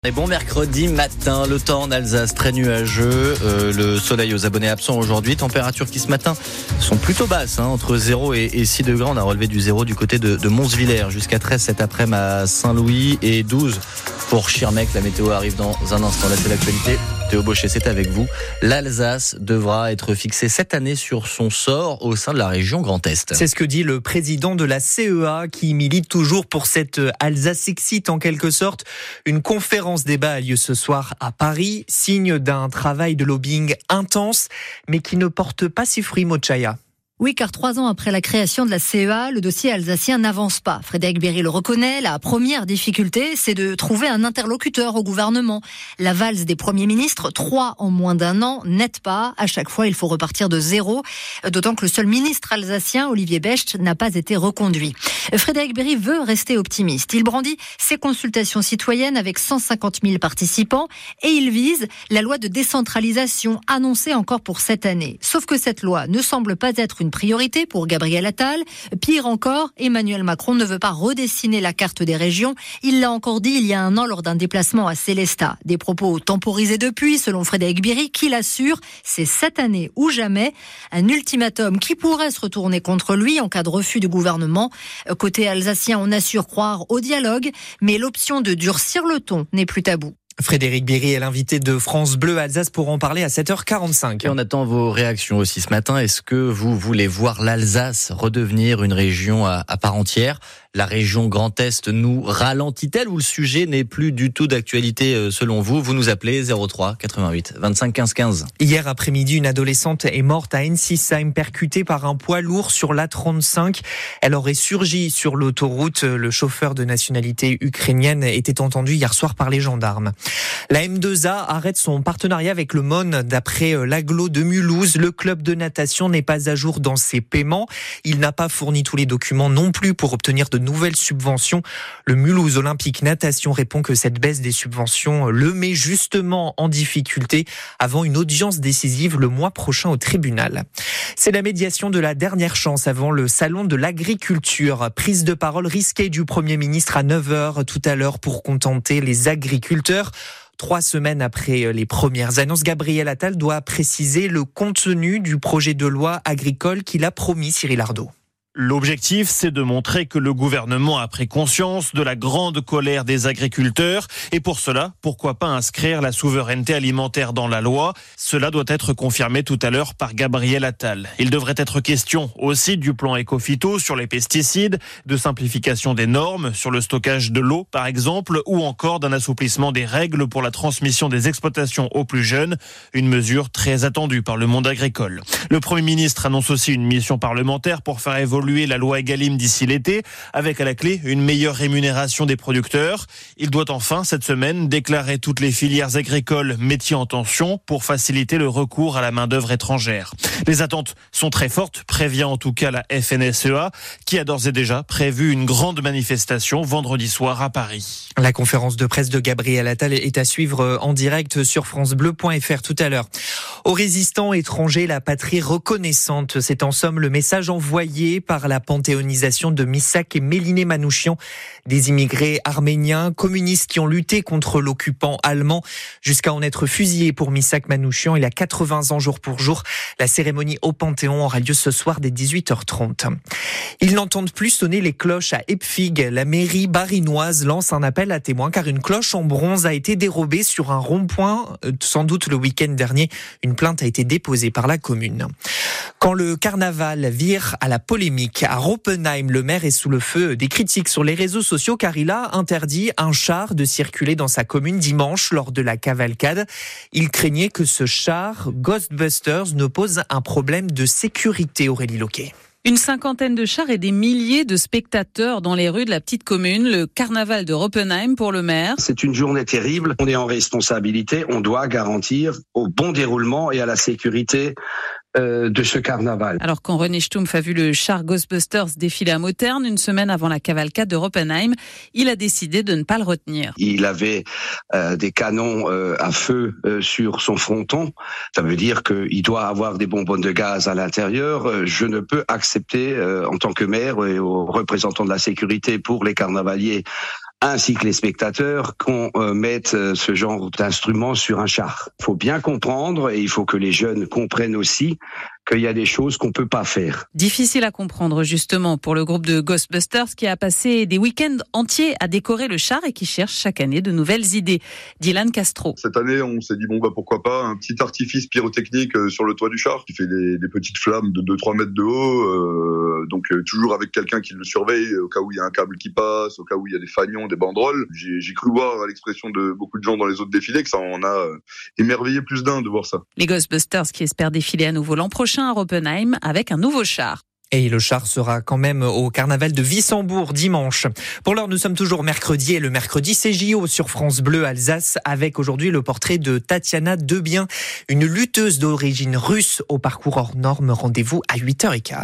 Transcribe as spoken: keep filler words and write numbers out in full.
Et bon mercredi matin, le temps en Alsace très nuageux, euh, le soleil aux abonnés absents aujourd'hui, températures qui ce matin sont plutôt basses, hein, entre zéro et, et six degrés, on a relevé du zéro du côté de, de Monsvillers, jusqu'à treize cet après-midi à Saint-Louis et douze pour Schirmeck. La météo arrive dans un instant, là c'est l'actualité. Théo Bauchet, c'est avec vous. L'Alsace devra être fixée cette année sur son sort au sein de la région Grand Est. C'est ce que dit le président de la C E A qui milite toujours pour cette Alsace Exit en quelque sorte. Une conférence débat a lieu ce soir à Paris, signe d'un travail de lobbying intense mais qui ne porte pas ses fruits, Mochaya. Oui, car trois ans après la création de la C E A, le dossier alsacien n'avance pas. Frédéric Berry le reconnaît, la première difficulté, c'est de trouver un interlocuteur au gouvernement. La valse des premiers ministres, trois en moins d'un an, n'aide pas. À chaque fois, il faut repartir de zéro. D'autant que le seul ministre alsacien, Olivier Becht, n'a pas été reconduit. Frédéric Berry veut rester optimiste. Il brandit ses consultations citoyennes avec cent cinquante mille participants et il vise la loi de décentralisation annoncée encore pour cette année. Sauf que cette loi ne semble pas être une priorité pour Gabriel Attal. Pire encore, Emmanuel Macron ne veut pas redessiner la carte des régions. Il l'a encore dit il y a un an lors d'un déplacement à Sélestat. Des propos temporisés depuis, selon Frédéric Berry, qui l'assure, c'est cette année ou jamais. Un ultimatum qui pourrait se retourner contre lui en cas de refus du gouvernement. Côté alsacien, on assure croire au dialogue, mais l'option de durcir le ton n'est plus tabou. Frédéric Berry est l'invité de France Bleu Alsace pour en parler à sept heures quarante-cinq. Et on attend vos réactions aussi ce matin. Est-ce que vous voulez voir l'Alsace redevenir une région à, à part entière ? La région Grand Est nous ralentit-elle ou le sujet n'est plus du tout d'actualité selon vous ? Vous nous appelez zéro trois quatre-vingt-huit vingt-cinq quinze quinze. Hier après-midi, une adolescente est morte à Ensisheim, percutée par un poids lourd sur l'A trente-cinq. Elle aurait surgi sur l'autoroute. Le chauffeur de nationalité ukrainienne était entendu hier soir par les gendarmes. La M deux A arrête son partenariat avec le M O N. D'après l'agglo de Mulhouse, le club de natation n'est pas à jour dans ses paiements. Il n'a pas fourni tous les documents non plus pour obtenir de nouvelles subventions. Le Mulhouse Olympique Natation répond que cette baisse des subventions le met justement en difficulté avant une audience décisive le mois prochain au tribunal. C'est la médiation de la dernière chance avant le salon de l'agriculture. Prise de parole risquée du Premier ministre à neuf heures tout à l'heure pour contenter les agriculteurs. Trois semaines après les premières annonces, Gabriel Attal doit préciser le contenu du projet de loi agricole qu'il a promis, Cyril Ardo. L'objectif, c'est de montrer que le gouvernement a pris conscience de la grande colère des agriculteurs. Et pour cela, pourquoi pas inscrire la souveraineté alimentaire dans la loi ? Cela doit être confirmé tout à l'heure par Gabriel Attal. Il devrait être question aussi du plan Écophyto sur les pesticides, de simplification des normes sur le stockage de l'eau, par exemple, ou encore d'un assouplissement des règles pour la transmission des exploitations aux plus jeunes. Une mesure très attendue par le monde agricole. Le Premier ministre annonce aussi une mission parlementaire pour faire évoluer la loi Egalim d'ici l'été, avec à la clé une meilleure rémunération des producteurs. Il doit enfin, cette semaine, déclarer toutes les filières agricoles métiers en tension pour faciliter le recours à la main-d'œuvre étrangère. Les attentes sont très fortes, prévient en tout cas la F N S E A, qui a d'ores et déjà prévu une grande manifestation vendredi soir à Paris. La conférence de presse de Gabriel Attal est à suivre en direct sur francebleu point f r tout à l'heure. Aux résistants étrangers, la patrie reconnaissante, c'est en somme le message envoyé par la panthéonisation de Missak et Méliné Manouchian, des immigrés arméniens communistes qui ont lutté contre l'occupant allemand jusqu'à en être fusillés pour Missak Manouchian. Il a quatre-vingts ans jour pour jour. La cérémonie au Panthéon aura lieu ce soir dès dix-huit heures trente. Ils n'entendent plus sonner les cloches à Epfig. La mairie barinoise lance un appel à témoins car une cloche en bronze a été dérobée sur un rond-point, sans doute le week-end dernier. Une plainte a été déposée par la commune. Quand le carnaval vire à la polémique, à Roppenheim, le maire est sous le feu des critiques sur les réseaux sociaux car il a interdit un char de circuler dans sa commune dimanche lors de la cavalcade. Il craignait que ce char Ghostbusters ne pose un problème de sécurité, Aurélie Loquet. Une cinquantaine de chars et des milliers de spectateurs dans les rues de la petite commune, le carnaval de Roppenheim pour le maire. C'est une journée terrible, on est en responsabilité, on doit garantir au bon déroulement et à la sécurité Euh, de ce carnaval. Alors quand René Stumpf a vu le char Ghostbusters défiler à Mauterne une semaine avant la cavalcade de Roppenheim, il a décidé de ne pas le retenir. Il avait euh, des canons euh, à feu euh, sur son fronton. Ça veut dire qu'il doit avoir des bonbonnes de gaz à l'intérieur. Euh, je ne peux accepter, euh, en tant que maire et aux représentants de la sécurité pour les carnavaliers, ainsi que les spectateurs, qu'on euh, mette euh, ce genre d'instrument sur un char. Il faut bien comprendre et il faut que les jeunes comprennent aussi qu'il y a des choses qu'on peut pas faire. Difficile à comprendre justement pour le groupe de Ghostbusters qui a passé des week-ends entiers à décorer le char et qui cherche chaque année de nouvelles idées. Dylan Castro. Cette année, on s'est dit bon bah pourquoi pas un petit artifice pyrotechnique sur le toit du char qui fait des, des petites flammes de deux trois mètres de haut, euh, donc euh, toujours avec quelqu'un qui le surveille au cas où il y a un câble qui passe, au cas où il y a des fanions, des banderoles. J'ai, j'ai cru voir à l'expression de beaucoup de gens dans les autres défilés que ça en a euh, émerveillé plus d'un de voir ça. Les Ghostbusters qui espèrent défiler à nouveau l'an prochain à Oppenheim avec un nouveau char. Et le char sera quand même au carnaval de Wissembourg dimanche. Pour l'heure, nous sommes toujours mercredi et le mercredi, c'est J O sur France Bleu Alsace avec aujourd'hui le portrait de Tatiana Debien, une lutteuse d'origine russe au parcours hors norme. Rendez-vous à huit heures quinze.